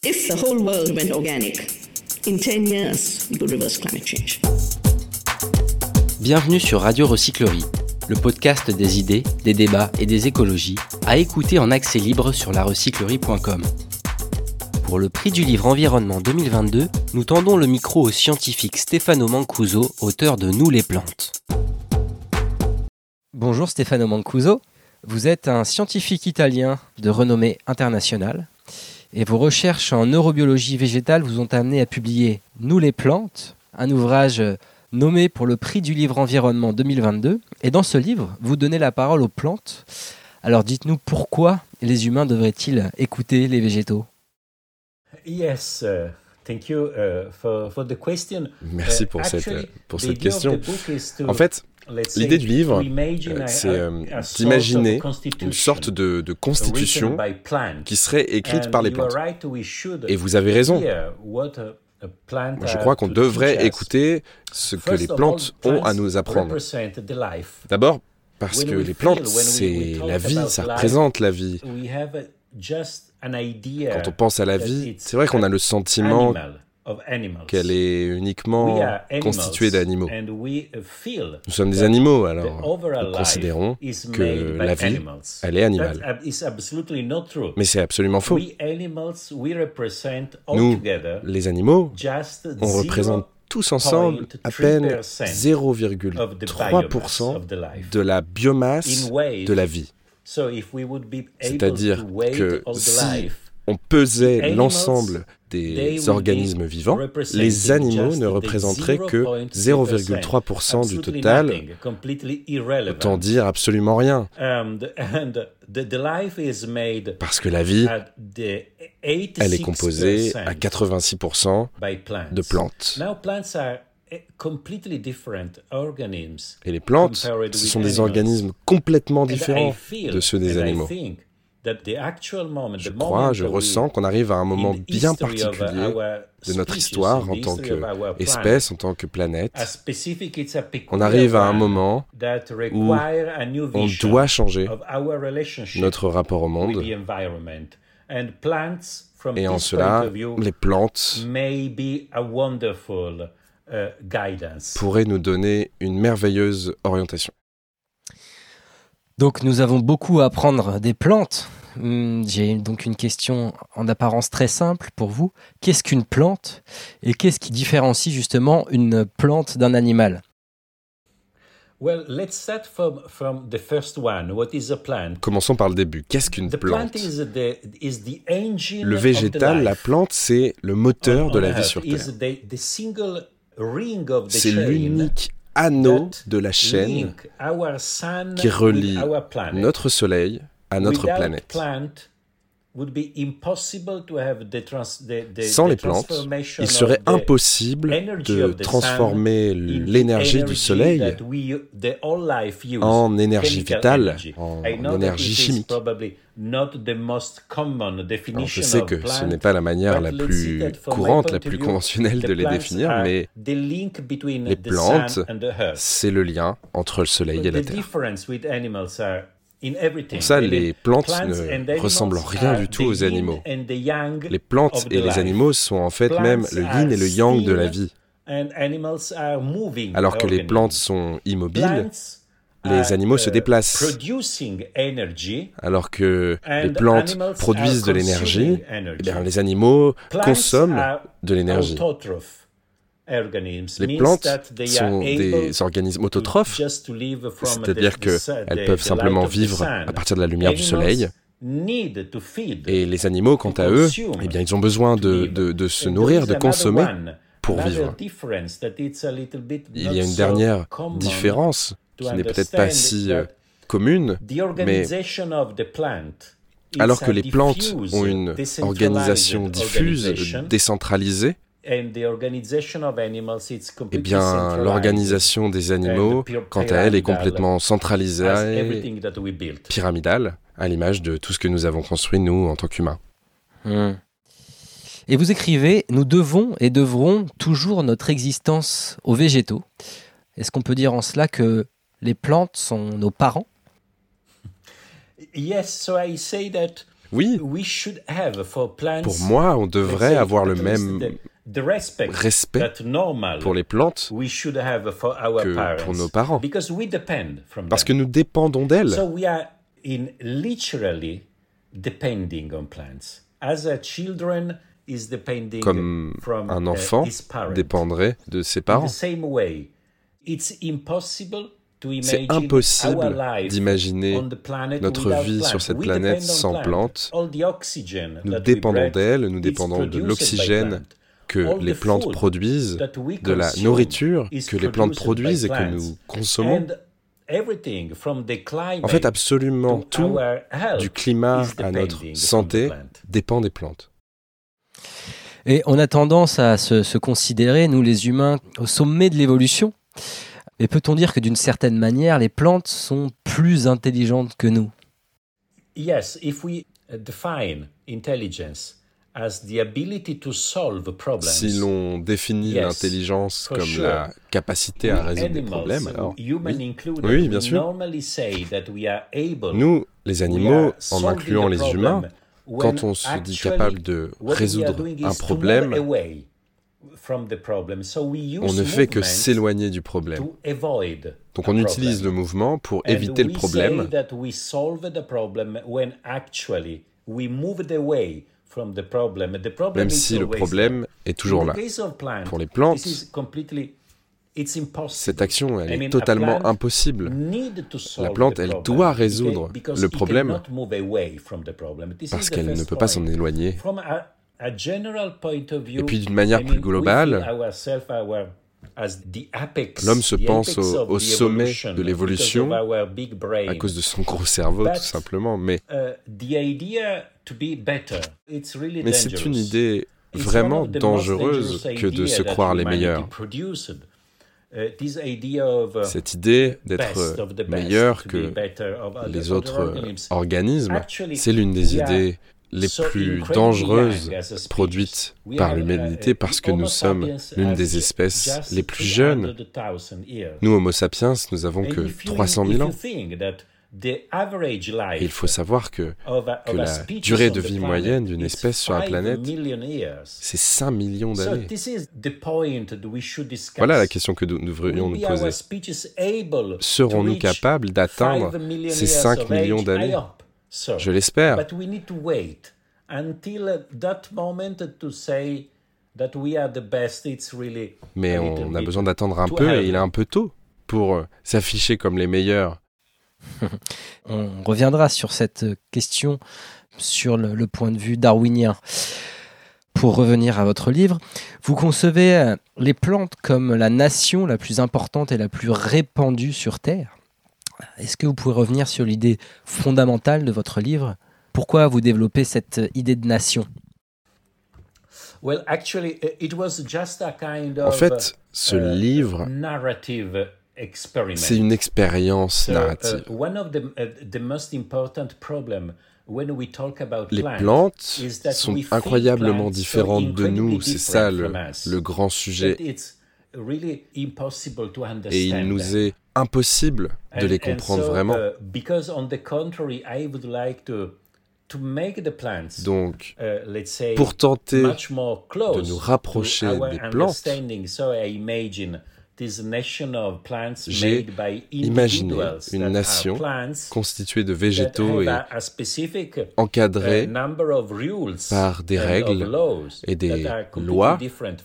If the whole world went organic, in 10 years, we could reverse climate change. Bienvenue sur Radio Recyclerie, le podcast des idées, des débats et des écologies, à écouter en accès libre sur larecyclerie.com. Pour le prix du livre Environnement 2022, nous tendons le micro au scientifique Stefano Mancuso, auteur de Nous les plantes. Bonjour Stefano Mancuso, vous êtes un scientifique italien de renommée internationale et vos recherches en neurobiologie végétale vous ont amené à publier Nous les plantes, un ouvrage nommé pour le prix du livre Environnement 2022. Et dans ce livre, vous donnez la parole aux plantes. Alors dites-nous pourquoi les humains devraient-ils écouter les végétaux ? Yes, thank you for the question. Merci pour cette question. En fait, l'idée du livre, c'est d'imaginer une sorte de constitution qui serait écrite par les plantes. Et vous avez raison. Je crois qu'on devrait écouter ce que les plantes ont à nous apprendre. D'abord, parce que les plantes, c'est la vie, ça représente la vie. Quand on pense à la vie, c'est vrai qu'on a le sentiment qu'elle est uniquement constituée d'animaux. Nous sommes des animaux, alors nous considérons que la vie, elle est animale. Mais c'est absolument faux. Nous, les animaux, on représente tous ensemble à peine 0,3% de la biomasse de la vie. C'est-à-dire que si on pesait l'ensemble des organismes vivants, les animaux ne représenteraient que 0,3% du total, autant dire absolument rien. Parce que la vie, elle est composée à 86% de plantes. Et les plantes, ce sont des organismes complètement différents de ceux des animaux. Je ressens qu'on arrive à un moment bien particulier de notre histoire en tant qu'espèce, en tant que planète. On arrive à un moment où on doit changer notre rapport au monde. Et en cela, les plantes pourraient nous donner une merveilleuse orientation. Donc nous avons beaucoup à apprendre des plantes. J'ai donc une question en apparence très simple pour vous. Qu'est-ce qu'une plante et qu'est-ce qui différencie justement une plante d'un animal ? Commençons par le début. Qu'est-ce qu'une plante ? Le végétal, la plante, c'est le moteur de la vie sur Terre. C'est l'unique anneau de la chaîne qui relie notre Soleil à notre planète. Sans les plantes, il serait impossible de transformer l'énergie du Soleil en énergie vitale, en énergie chimique. Alors, je sais que ce n'est pas la manière la plus courante, la plus conventionnelle de les définir, mais les plantes, c'est le lien entre le Soleil et la Terre. Pour ça, les plantes ne ressemblent en rien du tout aux animaux. Les plantes et les animaux sont en fait même le yin et le yang de la vie. Alors que les plantes sont immobiles, les animaux se déplacent. Alors que les plantes produisent de l'énergie, eh bien, les animaux consomment de l'énergie. Les plantes sont des organismes autotrophes, c'est-à-dire qu'elles peuvent simplement vivre à partir de la lumière du soleil. Et les animaux, quant à eux, eh bien, ils ont besoin de se nourrir, de consommer pour vivre. Il y a une dernière différence qui n'est peut-être pas si commune, mais alors que les plantes ont une organisation diffuse, décentralisée, eh bien, l'organisation des animaux, quant à elle, est complètement centralisée, pyramidale, à l'image de tout ce que nous avons construit, nous, en tant qu'humains. Et vous écrivez « Nous devons et devrons toujours notre existence aux végétaux ». Est-ce qu'on peut dire en cela que les plantes sont nos parents ? Oui, pour moi, on devrait avoir le même respect pour les plantes que pour nos parents, parce que nous dépendons d'elles. Comme un enfant dépendrait de ses parents. C'est impossible d'imaginer notre vie sur cette planète sans plantes. Nous dépendons d'elles, nous dépendons de l'oxygène que les plantes produisent, de la nourriture que les plantes produisent et que nous consommons. En fait, absolument tout, du climat à notre santé, dépend des plantes. Et on a tendance à se considérer, nous les humains, au sommet de l'évolution. Et peut-on dire que d'une certaine manière, les plantes sont plus intelligentes que nous? Yes, if we define intelligence as the ability to solve problems. Si l'on définit l'intelligence comme la capacité à résoudre des problèmes, alors oui, bien sûr. Nous, les animaux, en incluant les humains, quand on se dit capable de résoudre un problème, on ne fait que s'éloigner du problème. Donc on utilise le mouvement pour éviter le problème. Même si le problème est toujours là. Pour les plantes, cette action, elle est totalement impossible. La plante, elle doit résoudre le problème parce qu'elle ne peut pas s'en éloigner. Et puis d'une manière plus globale, l'homme se pense au sommet de l'évolution à cause de son gros cerveau, tout simplement. Mais c'est une idée vraiment dangereuse que de se croire les meilleurs. Cette idée d'être meilleur que les autres organismes, c'est l'une des idées les plus dangereuses produites par l'humanité parce que nous sommes l'une des espèces les plus jeunes. Nous, Homo sapiens, nous avons que 300 000 ans. Et il faut savoir que la durée de vie moyenne d'une espèce sur la planète, c'est 5 millions d'années. Voilà la question que nous devrions nous poser. Serons-nous capables d'atteindre ces 5 millions d'années ? Je l'espère. Mais on a besoin d'attendre un peu et il est un peu tôt pour s'afficher comme les meilleurs. On reviendra sur cette question sur le point de vue darwinien. Pour revenir à votre livre, vous concevez les plantes comme la nation la plus importante et la plus répandue sur Terre. Est-ce que vous pouvez revenir sur l'idée fondamentale de votre livre? Pourquoi vous développez cette idée de nation? En fait, ce livre, c'est une expérience narrative. Les plantes sont incroyablement différentes de nous, c'est ça le grand sujet. Et il nous est impossible de les comprendre vraiment. Donc, pour tenter de nous rapprocher des plantes, j'ai imaginé une nation constituée de végétaux et encadrée par des règles et des lois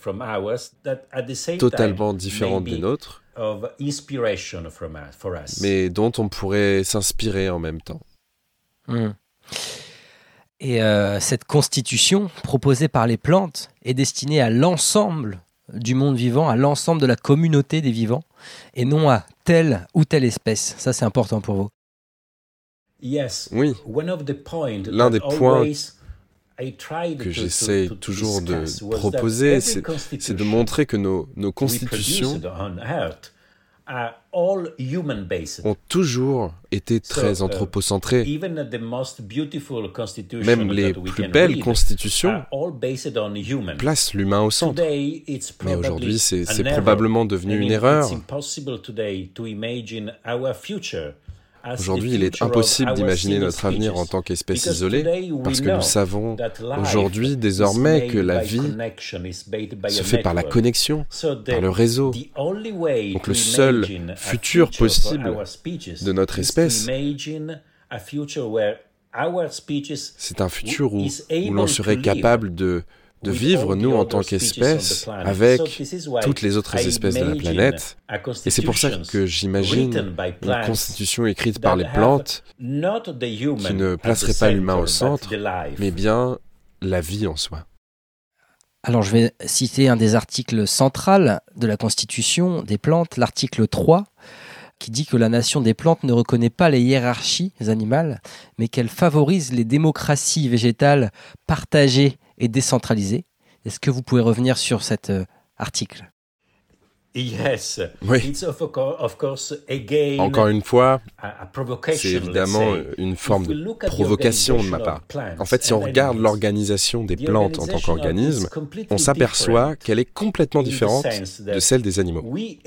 totalement différentes des nôtres, mais dont on pourrait s'inspirer en même temps. Et cette constitution proposée par les plantes est destinée à l'ensemble du monde vivant, à l'ensemble de la communauté des vivants, et non à telle ou telle espèce. Ça, c'est important pour vous. Oui. L'un des points que j'essaie toujours de proposer, c'est de montrer que nos constitutions ont toujours été très anthropocentrées. Même les plus belles constitutions placent l'humain au centre. Mais aujourd'hui, c'est probablement devenu une erreur. Aujourd'hui, il est impossible d'imaginer notre avenir en tant qu'espèce isolée, parce que nous savons aujourd'hui désormais que la vie se fait par la connexion, par le réseau. Donc le seul futur possible de notre espèce, c'est un futur où l'on serait capable de vivre, nous, en tant qu'espèce, avec toutes les autres espèces de la planète. Et c'est pour ça que j'imagine une constitution écrite par les plantes qui ne placerait pas l'humain au centre, mais bien la vie en soi. Alors je vais citer un des articles centraux de la Constitution des plantes, l'article 3, qui dit que la nation des plantes ne reconnaît pas les hiérarchies animales, mais qu'elle favorise les démocraties végétales partagées et décentralisées. Est-ce que vous pouvez revenir sur cet article ? Yes. Oui. It's of course, again, encore une fois, a provocation, c'est évidemment une forme de provocation de ma part. En fait, si on regarde l'organisation des plantes en tant qu'organisme, on s'aperçoit qu'elle est complètement différente de celle des animaux.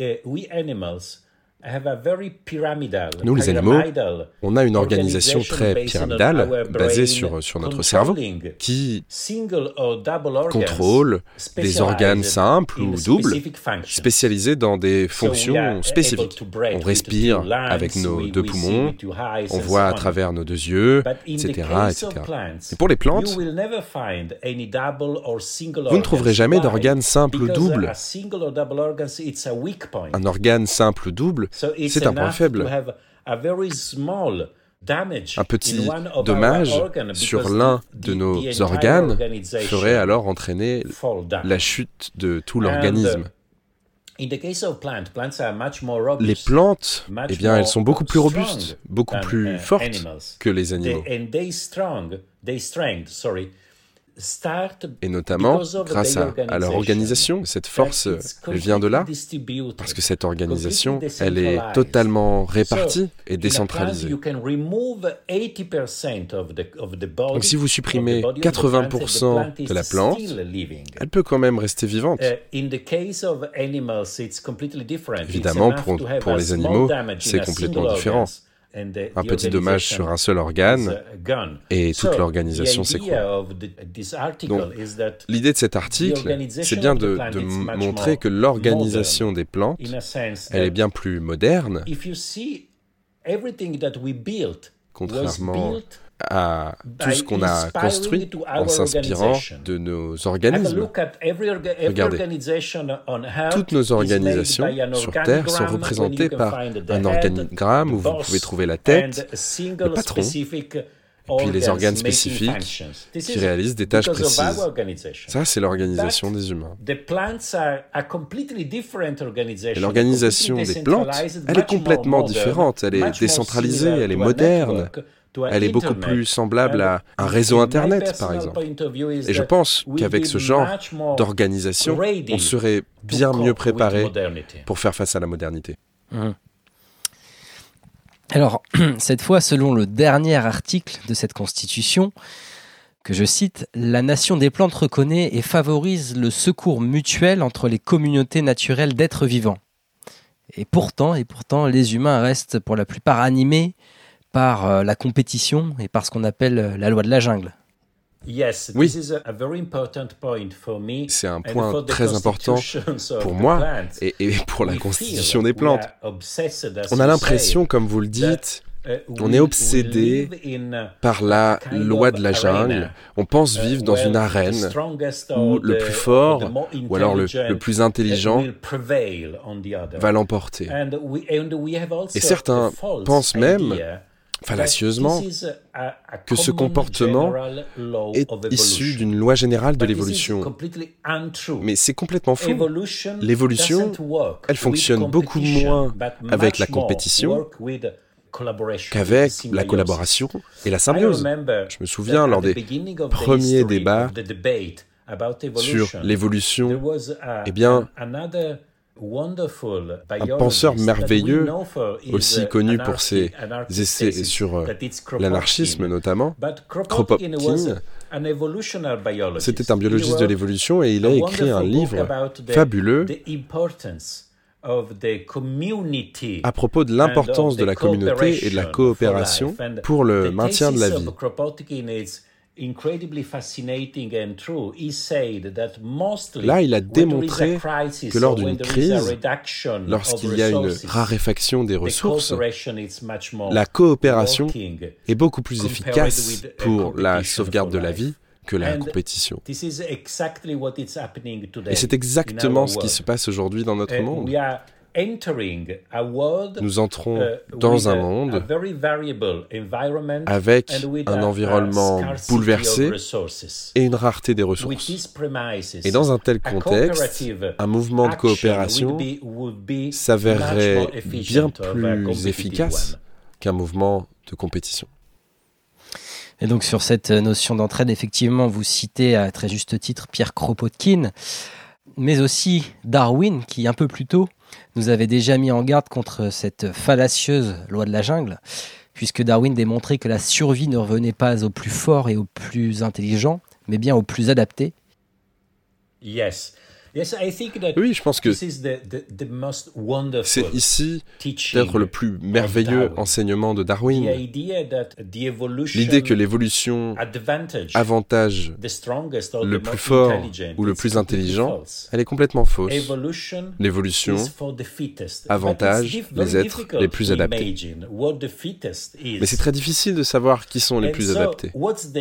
Nous, les animaux, on a une organisation très pyramidale, basée sur notre cerveau, qui contrôle des organes simples ou doubles, spécialisés dans des fonctions spécifiques. On respire avec nos 2 poumons, on voit à travers nos 2 yeux, etc., etc. Et pour les plantes, vous ne trouverez jamais d'organe simple ou double. Un organe simple ou double, c'est un point faible. Un petit dommage sur l'un de nos organes ferait alors entraîner la chute de tout l'organisme. Les plantes, eh bien, elles sont beaucoup plus robustes, beaucoup plus fortes que les animaux. Et notamment, grâce à leur organisation, cette force, elle vient de là, parce que cette organisation, elle est totalement répartie et décentralisée. Donc si vous supprimez 80% de la plante, elle peut quand même rester vivante. Évidemment, pour les animaux, c'est complètement différent. Un petit dommage sur un seul organe et toute l'organisation s'écroule. Donc, l'idée de cet article, c'est bien de montrer que l'organisation des plantes, elle est bien plus moderne, contrairement à tout ce qu'on a construit en s'inspirant de nos organismes. Regardez, toutes nos organisations sur Terre sont représentées par un organigramme où vous pouvez trouver la tête, le patron, et puis les organes spécifiques qui réalisent des tâches précises. Ça, c'est l'organisation des humains. Et l'organisation des plantes, elle est complètement différente. Elle est décentralisée, elle est moderne. Elle est beaucoup plus semblable à un réseau Internet, par exemple. Et je pense qu'avec ce genre d'organisation, on serait bien mieux préparé pour faire face à la modernité. Alors, cette fois, selon le dernier article de cette Constitution, que je cite, « La nation des plantes reconnaît et favorise le secours mutuel entre les communautés naturelles d'êtres vivants. » Et pourtant, les humains restent pour la plupart animés par la compétition et par ce qu'on appelle la loi de la jungle. Oui, c'est un point très important pour moi et pour la constitution des plantes. On a l'impression, comme vous le dites, on est obsédé par la loi de la jungle. On pense vivre dans une arène où le plus fort, ou alors le plus intelligent, va l'emporter. Et certains pensent même, fallacieusement, que ce comportement est issu d'une loi générale de l'évolution. Mais c'est complètement faux. L'évolution, elle fonctionne beaucoup moins avec la compétition qu'avec la collaboration et la symbiose. Je me souviens, lors des premiers débats sur l'évolution, eh bien, un penseur merveilleux, aussi connu pour ses essais sur l'anarchisme notamment, Kropotkin, c'était un biologiste de l'évolution et il a écrit un livre fabuleux à propos de l'importance de la communauté et de la coopération pour le maintien de la vie. Là, il a démontré que lors d'une crise, lorsqu'il y a une raréfaction des ressources, la coopération est beaucoup plus efficace pour la sauvegarde de la vie que la compétition. Et c'est exactement ce qui se passe aujourd'hui dans notre monde. Nous entrons dans un monde avec un environnement bouleversé et une rareté des ressources. Et dans un tel contexte, un mouvement de coopération s'avérerait bien plus efficace qu'un mouvement de compétition. Et donc sur cette notion d'entraide, effectivement, vous citez à très juste titre Pierre Kropotkin, mais aussi Darwin, qui un peu plus tôt nous avait déjà mis en garde contre cette fallacieuse loi de la jungle, puisque Darwin démontrait que la survie ne revenait pas aux plus forts et aux plus intelligents, mais bien aux plus adaptés. Oui, je pense que c'est ici peut-être le plus merveilleux enseignement de Darwin. L'idée que l'évolution avantage le plus fort ou le plus intelligent, elle est complètement fausse. L'évolution avantage les êtres les plus adaptés. Mais c'est très difficile de savoir qui sont les plus adaptés.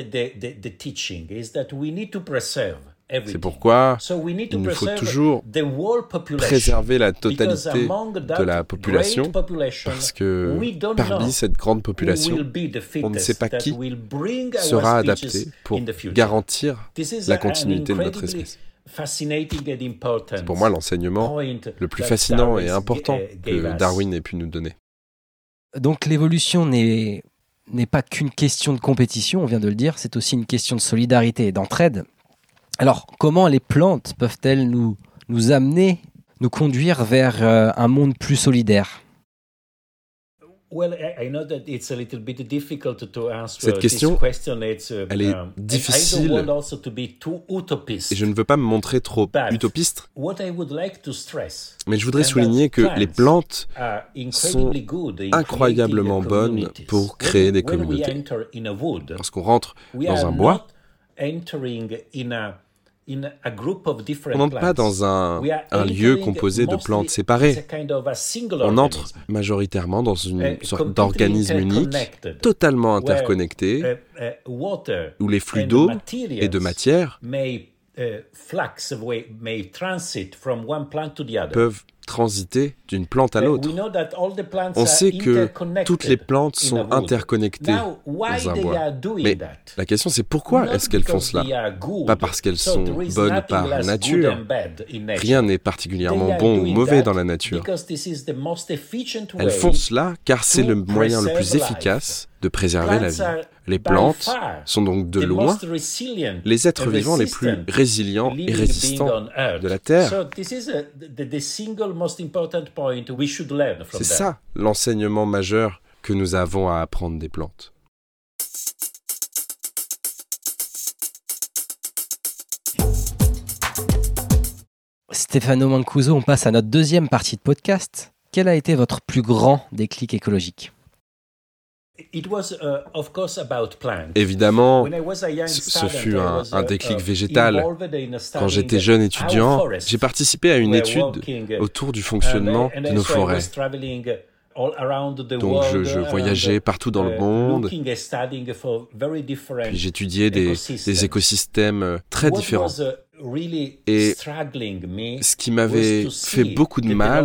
C'est pourquoi il nous faut toujours préserver la totalité de la population, parce que parmi cette grande population, on ne sait pas qui sera adapté pour garantir la continuité de notre espèce. C'est pour moi l'enseignement le plus fascinant et important que Darwin ait pu nous donner. Donc l'évolution n'est pas qu'une question de compétition, on vient de le dire, c'est aussi une question de solidarité et d'entraide. Alors, comment les plantes peuvent-elles nous amener, nous conduire vers un monde plus solidaire ? Cette question, elle est difficile et je ne veux pas me montrer trop utopiste, mais je voudrais souligner que les plantes sont incroyablement bonnes pour créer des communautés. Lorsqu'on rentre dans un bois, on n'entre pas dans un lieu composé de plantes séparées. On entre majoritairement dans une sorte d'organisme unique, totalement interconnecté, où les flux d'eau et de matière peuvent transiter d'une plante à l'autre. On sait que toutes les plantes sont interconnectées dans un bois. Mais la question, c'est pourquoi est-ce qu'elles font cela ? Pas parce qu'elles sont bonnes par nature. Rien n'est particulièrement bon ou mauvais dans la nature. Elles font cela car c'est le moyen le plus efficace de préserver la vie. Les plantes sont donc de loin les êtres vivants les plus résilients et résistants de la Terre. C'est ça l'enseignement majeur que nous avons à apprendre des plantes. Stefano Mancuso, on passe à notre deuxième partie de podcast. Quel a été votre plus grand déclic écologique ? Évidemment, ce fut un déclic végétal. Quand j'étais jeune étudiant, j'ai participé à une étude autour du fonctionnement de nos forêts. Donc je voyageais partout dans le monde, puis j'étudiais des écosystèmes très différents. Et ce qui m'avait fait beaucoup de mal,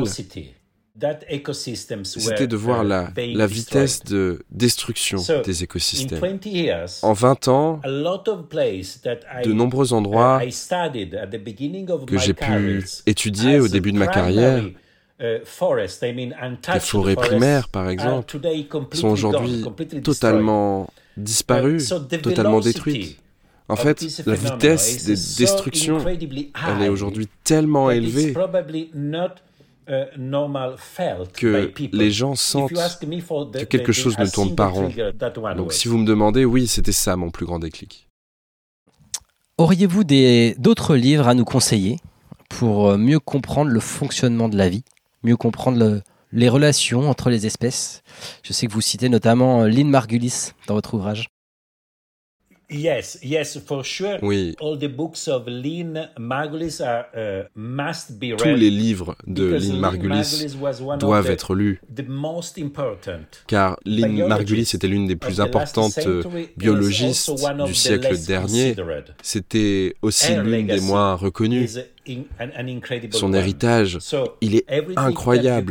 c'était de voir la vitesse de destruction des écosystèmes. En 20 ans, de nombreux endroits que j'ai pu étudier au début de ma carrière, les forêts primaires par exemple, sont aujourd'hui totalement disparues, totalement détruites. En fait, la vitesse des destructions, elle est aujourd'hui tellement élevée que les gens sentent que quelque chose ne tourne pas rond. Donc si vous me demandez, oui, c'était ça mon plus grand déclic. Auriez-vous d'autres livres à nous conseiller pour mieux comprendre le fonctionnement de la vie ? mieux comprendre les relations entre les espèces. Je sais que vous citez notamment Lynn Margulis dans votre ouvrage. Yes, for sure. Oui. All the books of Lynn Margulis must be read. Tous les livres de Lynn Margulis doivent être lus. Car Lynn Margulis était l'une des plus importantes biologistes du siècle dernier. C'était aussi l'une des moins reconnues. Son héritage, il est incroyable.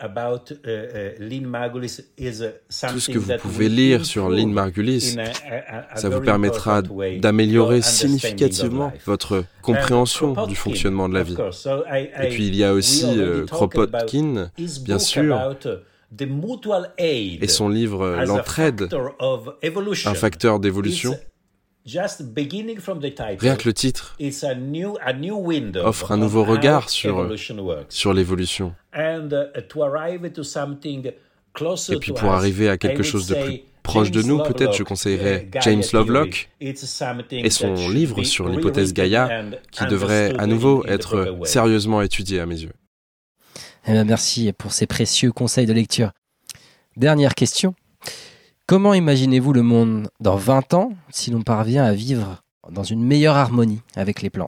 Tout ce que vous pouvez lire sur Lynn Margulis, ça vous permettra d'améliorer significativement votre compréhension du fonctionnement de la vie. Et puis il y a aussi Kropotkin, bien sûr, et son livre L'entraide, un facteur d'évolution. Rien que le titre offre un nouveau regard sur l'évolution. Et puis pour arriver à quelque chose de plus proche de nous, peut-être je conseillerais James Lovelock et son livre sur l'hypothèse Gaïa, qui devrait à nouveau être sérieusement étudié à mes yeux. Eh bien, merci pour ces précieux conseils de lecture. Dernière question. Comment imaginez-vous le monde dans 20 ans si l'on parvient à vivre dans une meilleure harmonie avec les plantes ?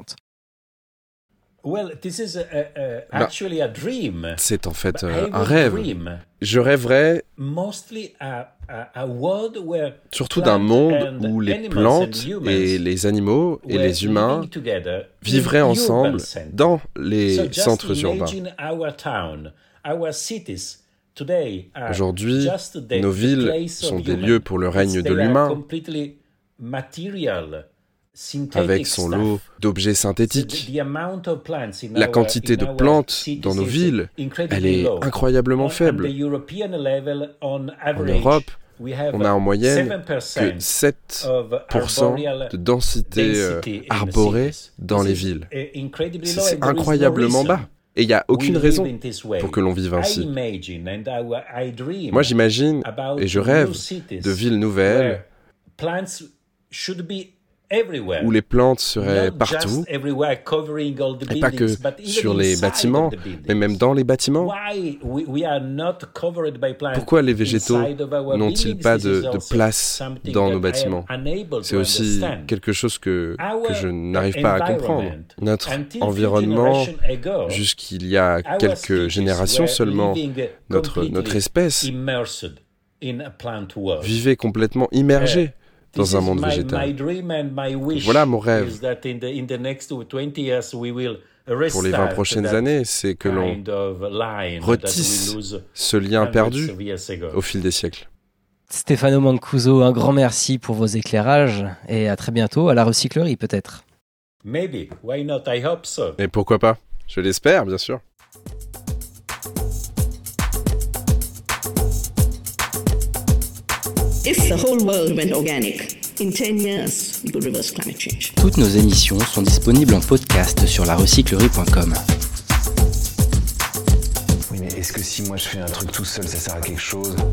C'est en fait un rêve. Je rêverais surtout d'un monde où les plantes et les animaux et les humains vivraient ensemble dans les centres urbains. Aujourd'hui, nos villes sont des lieux pour le règne de l'humain, avec son lot d'objets synthétiques. La quantité de plantes dans nos villes, elle est incroyablement faible. En Europe, on a en moyenne que 7% de densité arborée dans les villes. C'est incroyablement bas. Et il n'y a aucune raison pour que l'on vive ainsi. Moi, j'imagine et je rêve de villes nouvelles où les plantes seraient partout, et pas que sur les bâtiments, mais même dans les bâtiments. Pourquoi les végétaux n'ont-ils pas de place dans nos bâtiments ? C'est aussi quelque chose que je n'arrive pas à comprendre. Notre environnement, jusqu'il y a quelques générations seulement, notre espèce vivait complètement immergée dans un monde végétal. Voilà mon rêve. Pour les 20 prochaines années, c'est que l'on retisse ce lien perdu au fil des siècles. Stefano Mancuso, un grand merci pour vos éclairages et à très bientôt à la recyclerie peut-être. Maybe, why not? I hope so. Et pourquoi pas ? Je l'espère, bien sûr. If the whole world went organic, in 10 years, we could reverse climate change. Toutes nos émissions sont disponibles en podcast sur larecyclerie.com. Oui, mais est-ce que si moi je fais un truc tout seul, ça sert à quelque chose ?